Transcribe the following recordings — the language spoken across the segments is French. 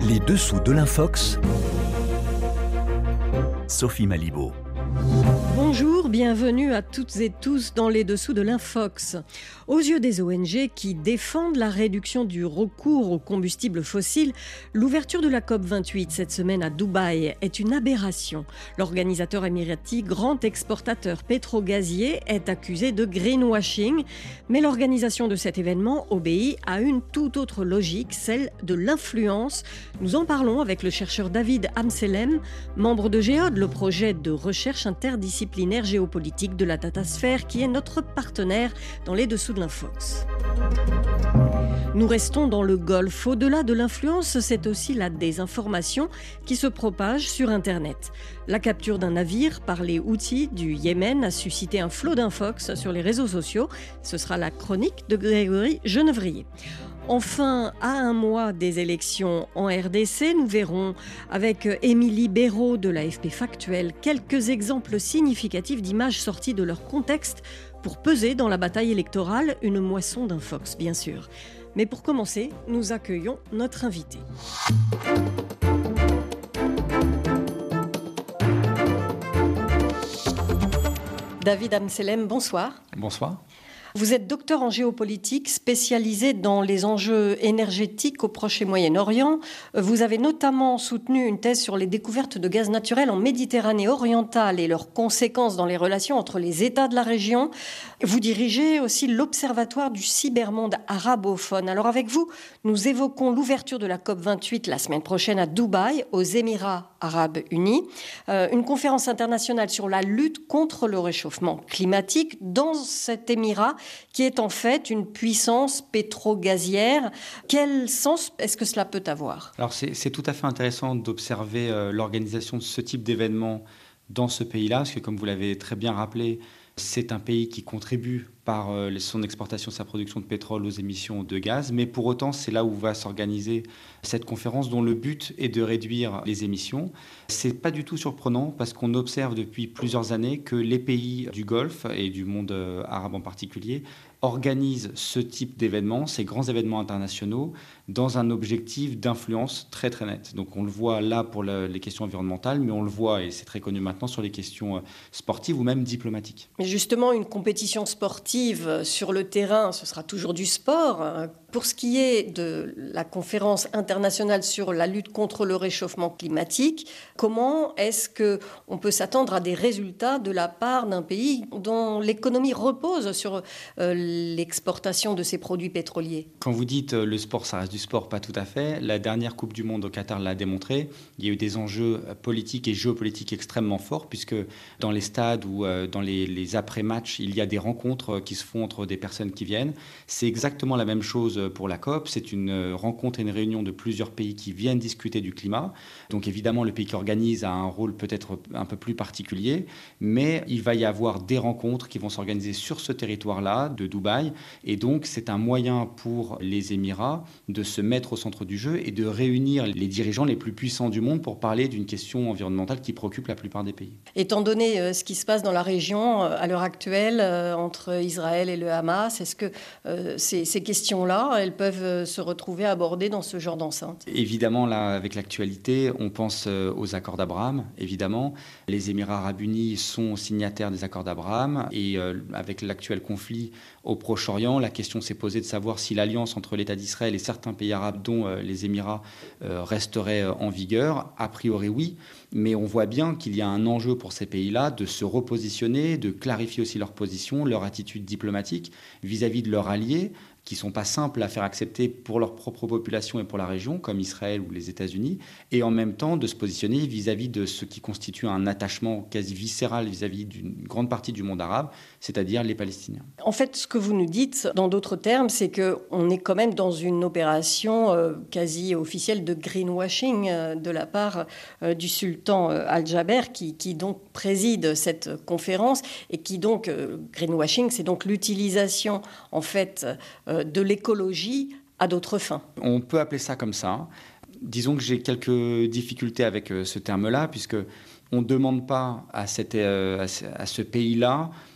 Les dessous de l'Infox, Sophie Malibaud. Bonjour, bienvenue à toutes et tous dans les dessous de l'Infox. Aux yeux des ONG qui défendent la réduction du recours aux combustibles fossiles, l'ouverture de la COP28 cette semaine à Dubaï est une aberration. L'organisateur émirati, grand exportateur pétro-gazier, est accusé de greenwashing. Mais l'organisation de cet événement obéit à une toute autre logique, celle de l'influence. Nous en parlons avec le chercheur David Amsellem, membre de Géode, le projet de recherche interdisciplinaire géopolitique de la datasphère, qui est notre partenaire dans les dessous de l'Infox. Nous restons dans le Golfe. Au-delà de l'influence, c'est aussi la désinformation qui se propage sur Internet. La capture d'un navire par les Houthis du Yémen a suscité un flot d'infox sur les réseaux sociaux. Ce sera la chronique de Grégory Genevrier. Enfin, à un mois des élections en RDC, nous verrons avec Émilie Béraud de l'AFP Factuel quelques exemples significatifs d'images sorties de leur contexte pour peser dans la bataille électorale, une moisson d'infox bien sûr. Mais pour commencer, nous accueillons notre invité. David Amsellem, bonsoir. Bonsoir. Vous êtes docteur en géopolitique, spécialisé dans les enjeux énergétiques au Proche et Moyen-Orient. Vous avez notamment soutenu une thèse sur les découvertes de gaz naturel en Méditerranée orientale et leurs conséquences dans les relations entre les États de la région. Vous dirigez aussi l'Observatoire du cybermonde arabophone. Alors avec vous, nous évoquons l'ouverture de la COP28 la semaine prochaine à Dubaï, aux Émirats arabes unis. Une conférence internationale sur la lutte contre le réchauffement climatique dans cet émirat qui est en fait une puissance pétro-gazière. Quel sens est-ce que cela peut avoir ? Alors c'est tout à fait intéressant d'observer l'organisation de ce type d'événement dans ce pays-là, parce que comme vous l'avez très bien rappelé, c'est un pays qui contribue par son exportation, sa production de pétrole aux émissions de gaz. Mais pour autant, c'est là où va s'organiser cette conférence dont le but est de réduire les émissions. Ce n'est pas du tout surprenant parce qu'on observe depuis plusieurs années que les pays du Golfe et du monde arabe en particulier organisent ce type d'événements, ces grands événements internationaux, dans un objectif d'influence très très net. Donc on le voit là pour les questions environnementales, mais on le voit, et c'est très connu maintenant, sur les questions sportives ou même diplomatiques. Mais justement, une compétition sportive sur le terrain, ce sera toujours du sport. Pour ce qui est de la conférence internationale sur la lutte contre le réchauffement climatique, comment est-ce qu'on peut s'attendre à des résultats de la part d'un pays dont l'économie repose sur l'exportation de ses produits pétroliers ? Quand vous dites le sport, ça reste du sport, pas tout à fait. La dernière Coupe du Monde au Qatar l'a démontré. Il y a eu des enjeux politiques et géopolitiques extrêmement forts, puisque dans les stades ou dans les après-matchs, il y a des rencontres qui se font entre des personnes qui viennent. C'est exactement la même chose pour la COP. C'est une rencontre et une réunion de plusieurs pays qui viennent discuter du climat. Donc évidemment, le pays qui organise a un rôle peut-être un peu plus particulier, mais il va y avoir des rencontres qui vont s'organiser sur ce territoire-là, de Dubaï. Et donc, c'est un moyen pour les Émirats de se mettre au centre du jeu et de réunir les dirigeants les plus puissants du monde pour parler d'une question environnementale qui préoccupe la plupart des pays. Étant donné ce qui se passe dans la région à l'heure actuelle, entre Israël et le Hamas, est-ce que ces questions-là, elles peuvent se retrouver abordées dans ce genre d'enceinte ? Évidemment, là, avec l'actualité, on pense aux accords d'Abraham, évidemment. Les Émirats arabes unis sont signataires des accords d'Abraham et avec l'actuel conflit au Proche-Orient, la question s'est posée de savoir si l'alliance entre l'État d'Israël et certains pays arabes, dont les Émirats, resterait en vigueur. A priori, oui, mais on voit bien qu'il y a un enjeu pour ces pays-là de se repositionner, de clarifier aussi leur position, leur attitude diplomatique vis-à-vis de leurs alliés, qui ne sont pas simples à faire accepter pour leur propre population et pour la région, comme Israël ou les États-Unis, et en même temps de se positionner vis-à-vis de ce qui constitue un attachement quasi viscéral vis-à-vis d'une grande partie du monde arabe, c'est-à-dire les Palestiniens. En fait, ce que vous nous dites, dans d'autres termes, c'est qu'on est quand même dans une opération quasi officielle de greenwashing de la part du sultan Al-Jaber, qui donc préside cette conférence, et qui donc, greenwashing, c'est donc l'utilisation, en fait, de l'écologie à d'autres fins. On peut appeler ça comme ça. Disons que j'ai quelques difficultés avec ce terme-là, puisque on ne demande pas à ce pays-là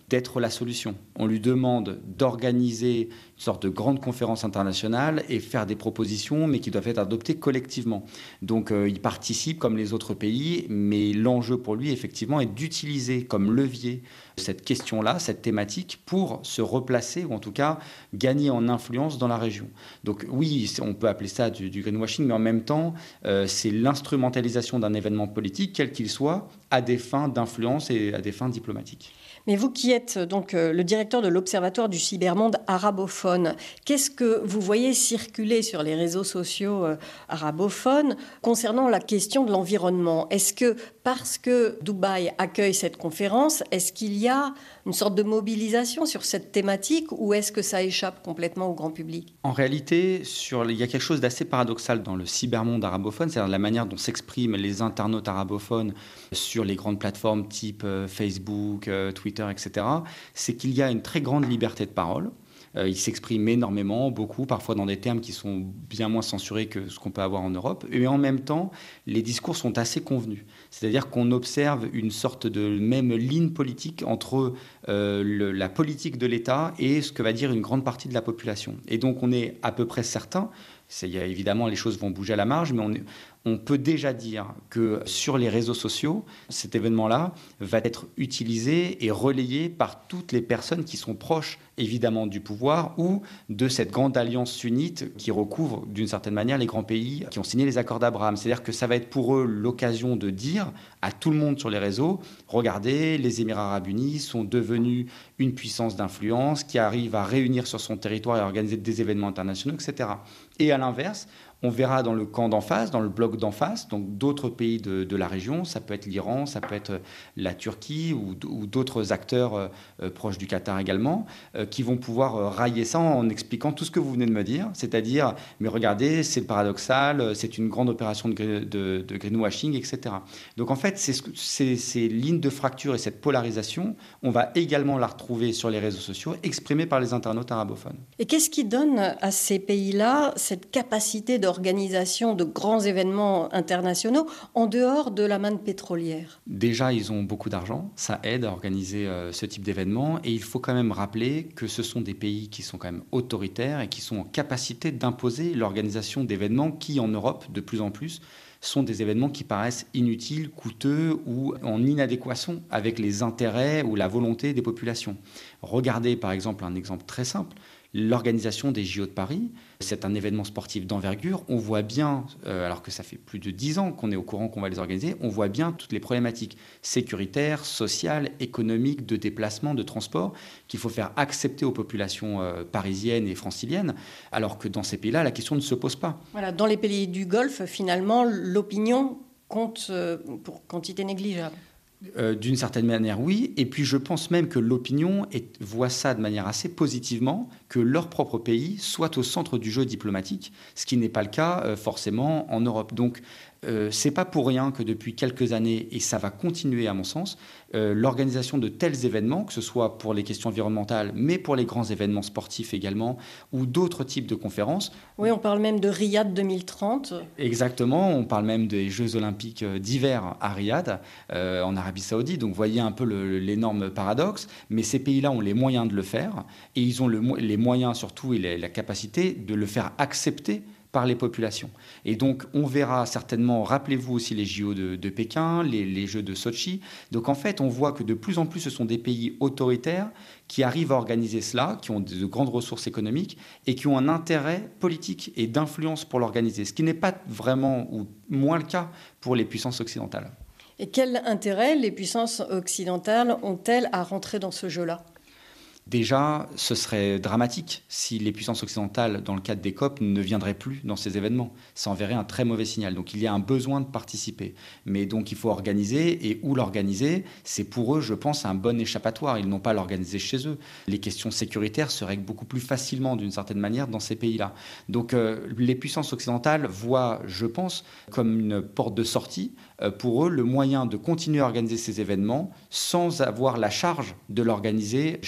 d'être la solution. On lui demande d'organiser une sorte de grande conférence internationale et faire des propositions, mais qui doivent être adoptées collectivement. Donc il participe comme les autres pays, mais l'enjeu pour lui, effectivement, est d'utiliser comme levier cette question-là, cette thématique, pour se replacer, ou en tout cas gagner en influence dans la région. Donc oui, on peut appeler ça du greenwashing, mais en même temps, c'est l'instrumentalisation d'un événement politique, quel qu'il soit, à des fins d'influence et à des fins diplomatiques. Mais vous qui êtes donc le directeur de l'Observatoire du cybermonde arabophone, qu'est-ce que vous voyez circuler sur les réseaux sociaux arabophones concernant la question de l'environnement ? Est-ce que parce que Dubaï accueille cette conférence, est-ce qu'il y a une sorte de mobilisation sur cette thématique ou est-ce que ça échappe complètement au grand public ? En réalité, il y a quelque chose d'assez paradoxal dans le cybermonde arabophone, c'est-à-dire la manière dont s'expriment les internautes arabophones sur les grandes plateformes type Facebook, Twitter, etc., c'est qu'il y a une très grande liberté de parole. Ils s'expriment énormément, beaucoup, parfois dans des termes qui sont bien moins censurés que ce qu'on peut avoir en Europe. Et en même temps, les discours sont assez convenus. C'est-à-dire qu'on observe une sorte de même ligne politique entre la politique de l'État et ce que va dire une grande partie de la population. Et donc on est à peu près certain, évidemment les choses vont bouger à la marge, mais on peut déjà dire que sur les réseaux sociaux, cet événement-là va être utilisé et relayé par toutes les personnes qui sont proches, évidemment, du pouvoir ou de cette grande alliance sunnite qui recouvre, d'une certaine manière, les grands pays qui ont signé les accords d'Abraham. C'est-à-dire que ça va être pour eux l'occasion de dire à tout le monde sur les réseaux, regardez, les Émirats arabes unis sont devenus une puissance d'influence qui arrive à réunir sur son territoire et à organiser des événements internationaux, etc. Et à l'inverse, on verra dans le camp d'en face, dans le bloc d'en face, donc d'autres pays de la région, ça peut être l'Iran, ça peut être la Turquie ou d'autres acteurs proches du Qatar également, qui vont pouvoir railler ça en expliquant tout ce que vous venez de me dire, c'est-à-dire, mais regardez, c'est paradoxal, c'est une grande opération de greenwashing, etc. Donc en fait, ces lignes de fracture et cette polarisation, on va également la retrouver sur les réseaux sociaux, exprimée par les internautes arabophones. Et qu'est-ce qui donne à ces pays-là cette capacité d'organisation de grands événements internationaux en dehors de la manne pétrolière ? Déjà, ils ont beaucoup d'argent, ça aide à organiser ce type d'événements et il faut quand même rappeler que ce sont des pays qui sont quand même autoritaires et qui sont en capacité d'imposer l'organisation d'événements qui, en Europe, de plus en plus, sont des événements qui paraissent inutiles, coûteux ou en inadéquation avec les intérêts ou la volonté des populations. Regardez par exemple un exemple très simple, l'organisation des JO de Paris. C'est un événement sportif d'envergure. On voit bien, alors que ça fait plus de 10 ans qu'on est au courant qu'on va les organiser, on voit bien toutes les problématiques sécuritaires, sociales, économiques, de déplacement, de transport, qu'il faut faire accepter aux populations parisiennes et franciliennes, alors que dans ces pays-là, la question ne se pose pas. Voilà, dans les pays du Golfe, finalement, l'opinion compte pour quantité négligeable. D'une certaine manière, oui. Et puis, je pense même que l'opinion voit ça de manière assez positivement, que leur propre pays soit au centre du jeu diplomatique, ce qui n'est pas le cas forcément en Europe. Donc, c'est pas pour rien que depuis quelques années, et ça va continuer à mon sens, l'organisation de tels événements, que ce soit pour les questions environnementales, mais pour les grands événements sportifs également, ou d'autres types de conférences. Oui, on parle même de Riyad 2030. Exactement, on parle même des Jeux Olympiques d'hiver à Riyad, en Arabie Saoudite. Donc, voyez un peu l'énorme paradoxe. Mais ces pays-là ont les moyens de le faire, et ils ont les moyens surtout et la capacité de le faire accepter par les populations. Et donc, on verra certainement, rappelez-vous aussi les JO de Pékin, les Jeux de Sochi. Donc, en fait, on voit que de plus en plus, ce sont des pays autoritaires qui arrivent à organiser cela, qui ont de grandes ressources économiques et qui ont un intérêt politique et d'influence pour l'organiser, ce qui n'est pas vraiment ou moins le cas pour les puissances occidentales. Et quel intérêt les puissances occidentales ont-elles à rentrer dans ce jeu-là ? Déjà, ce serait dramatique si les puissances occidentales, dans le cadre des COP, ne viendraient plus dans ces événements. Ça enverrait un très mauvais signal. Donc il y a un besoin de participer. Mais donc il faut organiser. Et où l'organiser, c'est pour eux, je pense, un bon échappatoire. Ils n'ont pas à l'organiser chez eux. Les questions sécuritaires se règlent beaucoup plus facilement, d'une certaine manière, dans ces pays-là. Donc les puissances occidentales voient, je pense, comme une porte de sortie, pour eux, le moyen de continuer à organiser ces événements sans avoir la charge de l'organiser chez eux.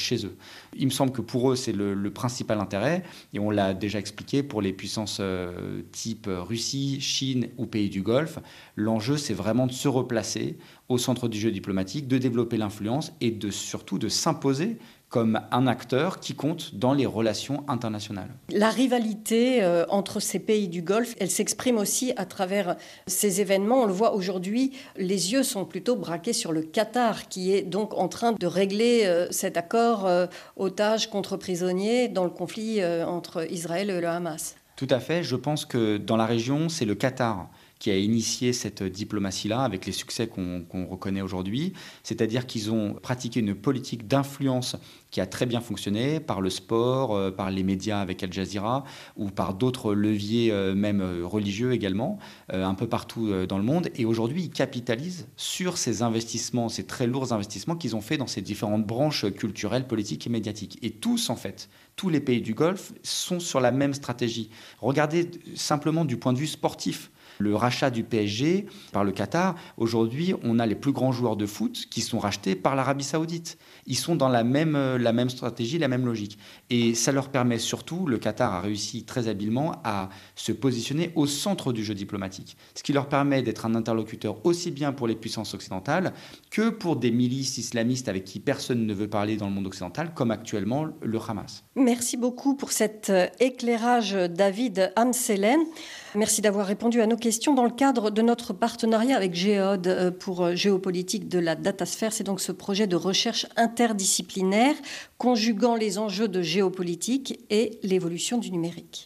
Il me semble que pour eux, c'est le principal intérêt, et on l'a déjà expliqué pour les puissances type Russie, Chine ou pays du Golfe. L'enjeu, c'est vraiment de se replacer au centre du jeu diplomatique, de développer l'influence et surtout de s'imposer comme un acteur qui compte dans les relations internationales. La rivalité entre ces pays du Golfe, elle s'exprime aussi à travers ces événements. On le voit aujourd'hui, les yeux sont plutôt braqués sur le Qatar, qui est donc en train de régler cet accord otages contre prisonniers dans le conflit entre Israël et le Hamas. Tout à fait. Je pense que dans la région, c'est le Qatar qui a initié cette diplomatie-là avec les succès qu'on reconnaît aujourd'hui. C'est-à-dire qu'ils ont pratiqué une politique d'influence qui a très bien fonctionné par le sport, par les médias avec Al Jazeera ou par d'autres leviers même religieux également, un peu partout dans le monde. Et aujourd'hui, ils capitalisent sur ces investissements, ces très lourds investissements qu'ils ont fait dans ces différentes branches culturelles, politiques et médiatiques. Et tous, en fait, tous les pays du Golfe sont sur la même stratégie. Regardez simplement du point de vue sportif. Le rachat du PSG par le Qatar, aujourd'hui, on a les plus grands joueurs de foot qui sont rachetés par l'Arabie Saoudite. Ils sont dans la même stratégie, la même logique. Et ça leur permet surtout, le Qatar a réussi très habilement à se positionner au centre du jeu diplomatique. Ce qui leur permet d'être un interlocuteur aussi bien pour les puissances occidentales que pour des milices islamistes avec qui personne ne veut parler dans le monde occidental, comme actuellement le Hamas. Merci beaucoup pour cet éclairage, David Amselen. Merci d'avoir répondu à nos questions dans le cadre de notre partenariat avec Géode pour géopolitique de la datasphère. C'est donc ce projet de recherche interdisciplinaire conjuguant les enjeux de géopolitique et l'évolution du numérique.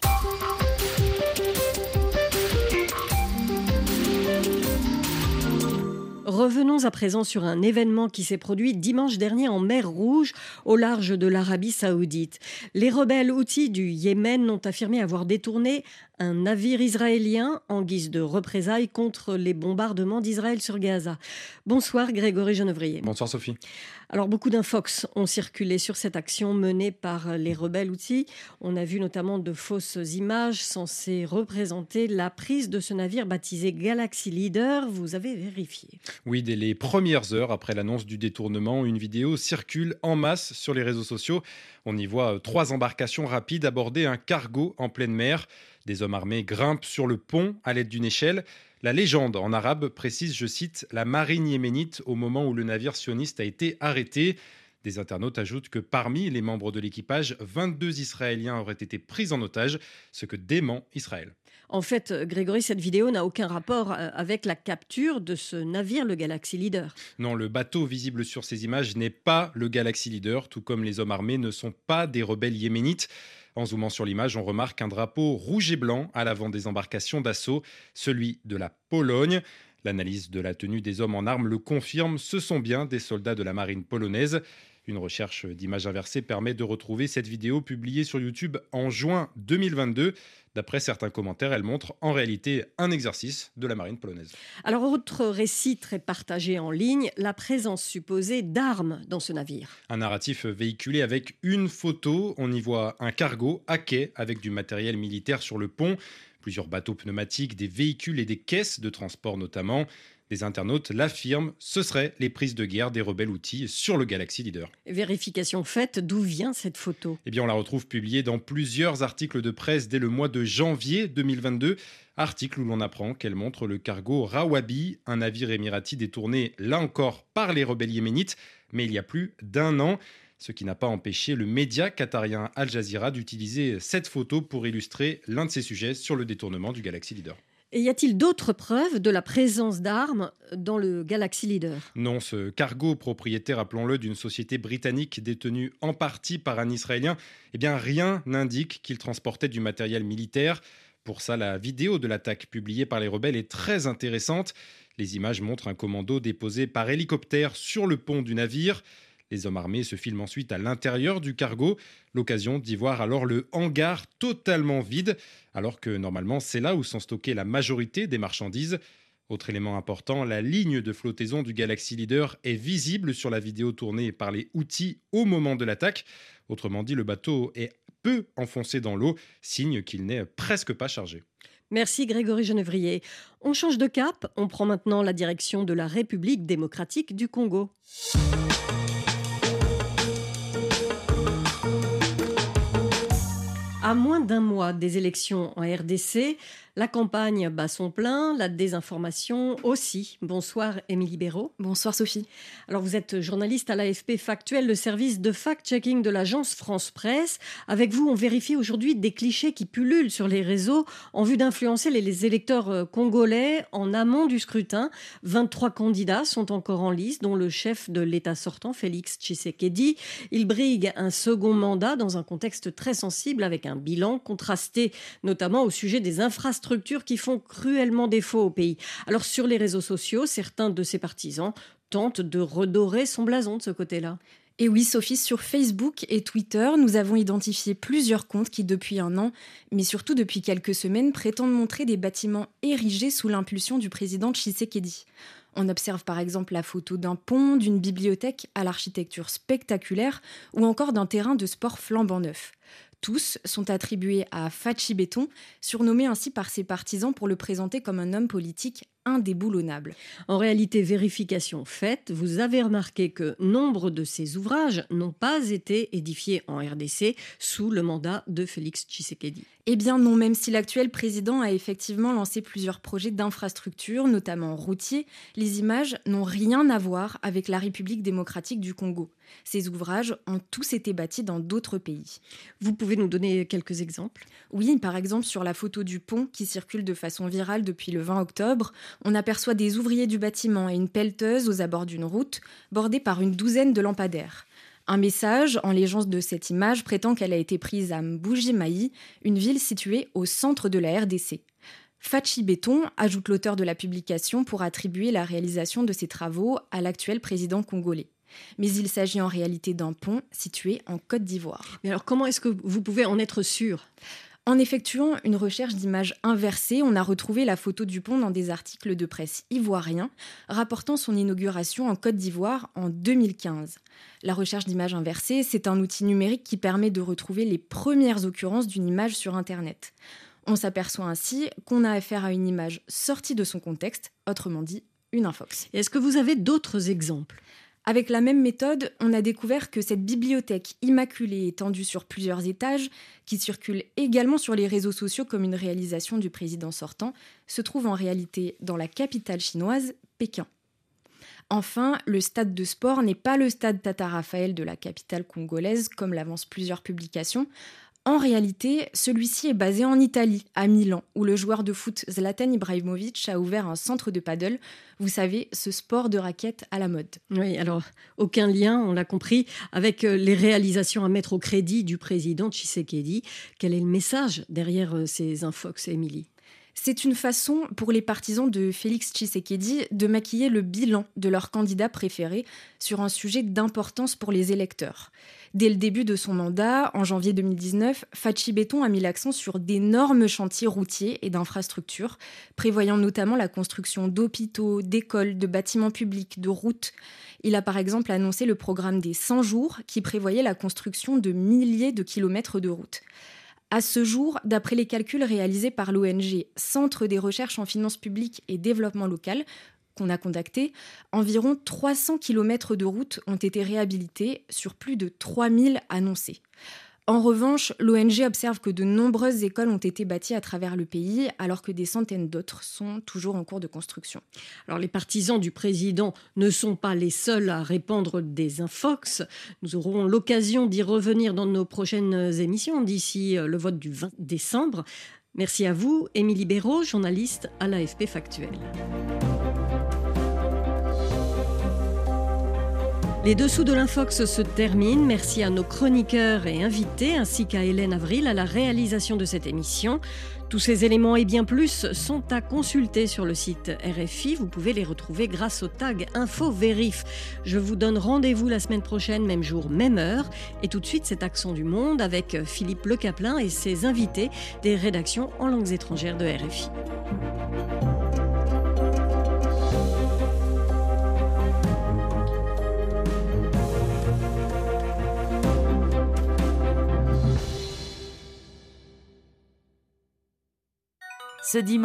Revenons à présent sur un événement qui s'est produit dimanche dernier en mer Rouge, au large de l'Arabie Saoudite. Les rebelles houthis du Yémen ont affirmé avoir détourné un navire israélien en guise de représailles contre les bombardements d'Israël sur Gaza. Bonsoir Grégory Genevrier. Bonsoir Sophie. Alors beaucoup d'infox ont circulé sur cette action menée par les rebelles houthis. On a vu notamment de fausses images censées représenter la prise de ce navire baptisé Galaxy Leader. Vous avez vérifié? Oui, dès les premières heures après l'annonce du détournement, une vidéo circule en masse sur les réseaux sociaux. On y voit 3 embarcations rapides aborder un cargo en pleine mer. Des hommes armés grimpent sur le pont à l'aide d'une échelle. La légende en arabe précise, je cite, la marine yéménite au moment où le navire sioniste a été arrêté. Des internautes ajoutent que parmi les membres de l'équipage, 22 Israéliens auraient été pris en otage, ce que dément Israël. En fait, Grégory, cette vidéo n'a aucun rapport avec la capture de ce navire, le Galaxy Leader. Non, le bateau visible sur ces images n'est pas le Galaxy Leader, tout comme les hommes armés ne sont pas des rebelles yéménites. En zoomant sur l'image, on remarque un drapeau rouge et blanc à l'avant des embarcations d'assaut, celui de la Pologne. L'analyse de la tenue des hommes en armes le confirme, ce sont bien des soldats de la marine polonaise. Une recherche d'images inversées permet de retrouver cette vidéo publiée sur YouTube en juin 2022. D'après certains commentaires, elle montre en réalité un exercice de la marine polonaise. Alors, autre récit très partagé en ligne, la présence supposée d'armes dans ce navire. Un narratif véhiculé avec une photo. On y voit un cargo à quai avec du matériel militaire sur le pont. Plusieurs bateaux pneumatiques, des véhicules et des caisses de transport notamment. Des internautes l'affirment, ce seraient les prises de guerre des rebelles houthis sur le Galaxy Leader. Vérification faite, d'où vient cette photo? Eh bien, on la retrouve publiée dans plusieurs articles de presse dès le mois de janvier 2022. Article où l'on apprend qu'elle montre le cargo Rawabi, un navire émirati détourné, là encore, par les rebelles yéménites, mais il y a plus d'1 an. Ce qui n'a pas empêché le média qatarien Al Jazeera d'utiliser cette photo pour illustrer l'un de ses sujets sur le détournement du Galaxy Leader. Et y a-t-il d'autres preuves de la présence d'armes dans le Galaxy Leader? Non, ce cargo, propriétaire, appelons-le, d'une société britannique détenue en partie par un Israélien, eh bien rien n'indique qu'il transportait du matériel militaire. Pour ça, la vidéo de l'attaque publiée par les rebelles est très intéressante. Les images montrent un commando déposé par hélicoptère sur le pont du navire. Les hommes armés se filment ensuite à l'intérieur du cargo, l'occasion d'y voir alors le hangar totalement vide, alors que normalement c'est là où sont stockées la majorité des marchandises. Autre élément important, la ligne de flottaison du Galaxy Leader est visible sur la vidéo tournée par les Houthis au moment de l'attaque. Autrement dit, le bateau est peu enfoncé dans l'eau, signe qu'il n'est presque pas chargé. Merci Grégory Genevrier. On change de cap, on prend maintenant la direction de la République démocratique du Congo. À moins d'un mois des élections en RDC, la campagne bat son plein, la désinformation aussi. Bonsoir Émilie Béraud. Bonsoir Sophie. Alors vous êtes journaliste à l'AFP Factuel, le service de fact-checking de l'agence France Presse. Avec vous, on vérifie aujourd'hui des clichés qui pullulent sur les réseaux en vue d'influencer les électeurs congolais en amont du scrutin. 23 candidats sont encore en lice, dont le chef de l'État sortant, Félix Tshisekedi. Il brigue un second mandat dans un contexte très sensible avec un bilan contrasté, notamment au sujet des infrastructures qui font cruellement défaut au pays. Alors sur les réseaux sociaux, certains de ses partisans tentent de redorer son blason de ce côté-là. Et oui Sophie, sur Facebook et Twitter, nous avons identifié plusieurs comptes qui depuis un an, mais surtout depuis quelques semaines, prétendent montrer des bâtiments érigés sous l'impulsion du président Tshisekedi. On observe par exemple la photo d'un pont, d'une bibliothèque à l'architecture spectaculaire ou encore d'un terrain de sport flambant neuf. Tous sont attribués à Fachi Béton, surnommé ainsi par ses partisans pour le présenter comme un homme politique indéboulonnable. En réalité, vérification faite, vous avez remarqué que nombre de ces ouvrages n'ont pas été édifiés en RDC sous le mandat de Félix Tshisekedi. Eh bien non, même si l'actuel président a effectivement lancé plusieurs projets d'infrastructures, notamment routiers, les images n'ont rien à voir avec la République démocratique du Congo. Ces ouvrages ont tous été bâtis dans d'autres pays. Vous pouvez nous donner quelques exemples ? Oui, par exemple sur la photo du pont qui circule de façon virale depuis le 20 octobre, on aperçoit des ouvriers du bâtiment et une pelleteuse aux abords d'une route, bordée par une douzaine de lampadaires. Un message en légende de cette image prétend qu'elle a été prise à Mbuji-Mayi, une ville située au centre de la RDC. Fachi Béton, ajoute l'auteur de la publication, pour attribuer la réalisation de ces travaux à l'actuel président congolais. Mais il s'agit en réalité d'un pont situé en Côte d'Ivoire. Mais alors comment est-ce que vous pouvez en être sûr ? En effectuant une recherche d'images inversées, on a retrouvé la photo du pont dans des articles de presse ivoiriens rapportant son inauguration en Côte d'Ivoire en 2015. La recherche d'images inversées, c'est un outil numérique qui permet de retrouver les premières occurrences d'une image sur Internet. On s'aperçoit ainsi qu'on a affaire à une image sortie de son contexte, autrement dit une infox. Est-ce que vous avez d'autres exemples ? Avec la même méthode, on a découvert que cette bibliothèque immaculée étendue sur plusieurs étages, qui circule également sur les réseaux sociaux comme une réalisation du président sortant, se trouve en réalité dans la capitale chinoise, Pékin. Enfin, le stade de sport n'est pas le stade Tata Raphaël de la capitale congolaise, comme l'avancent plusieurs publications. En réalité, celui-ci est basé en Italie, à Milan, où le joueur de foot Zlatan Ibrahimovic a ouvert un centre de paddle. Vous savez, ce sport de raquette à la mode. Oui, alors aucun lien, on l'a compris, avec les réalisations à mettre au crédit du président Tshisekedi. Quel est le message derrière ces infox, Émilie ? C'est une façon pour les partisans de Félix Tshisekedi de maquiller le bilan de leur candidat préféré sur un sujet d'importance pour les électeurs. Dès le début de son mandat, en janvier 2019, Fachi Béton a mis l'accent sur d'énormes chantiers routiers et d'infrastructures, prévoyant notamment la construction d'hôpitaux, d'écoles, de bâtiments publics, de routes. Il a par exemple annoncé le programme des 100 jours qui prévoyait la construction de milliers de kilomètres de routes. À ce jour, d'après les calculs réalisés par l'ONG Centre des recherches en finances publiques et développement local, qu'on a contacté, environ 300 km de routes ont été réhabilités sur plus de 3000 annoncés. En revanche, l'ONG observe que de nombreuses écoles ont été bâties à travers le pays, alors que des centaines d'autres sont toujours en cours de construction. Alors les partisans du président ne sont pas les seuls à répandre des infox. Nous aurons l'occasion d'y revenir dans nos prochaines émissions d'ici le vote du 20 décembre. Merci à vous, Émilie Béraud, journaliste à l'AFP Factuel. Les dessous de l'Infox se terminent. Merci à nos chroniqueurs et invités, ainsi qu'à Hélène Avril à la réalisation de cette émission. Tous ces éléments et bien plus sont à consulter sur le site RFI. Vous pouvez les retrouver grâce au tag InfoVérif. Je vous donne rendez-vous la semaine prochaine, même jour, même heure. Et tout de suite, c'est Accent du Monde avec Philippe Lecaplin et ses invités des rédactions en langues étrangères de RFI. Ce dimanche,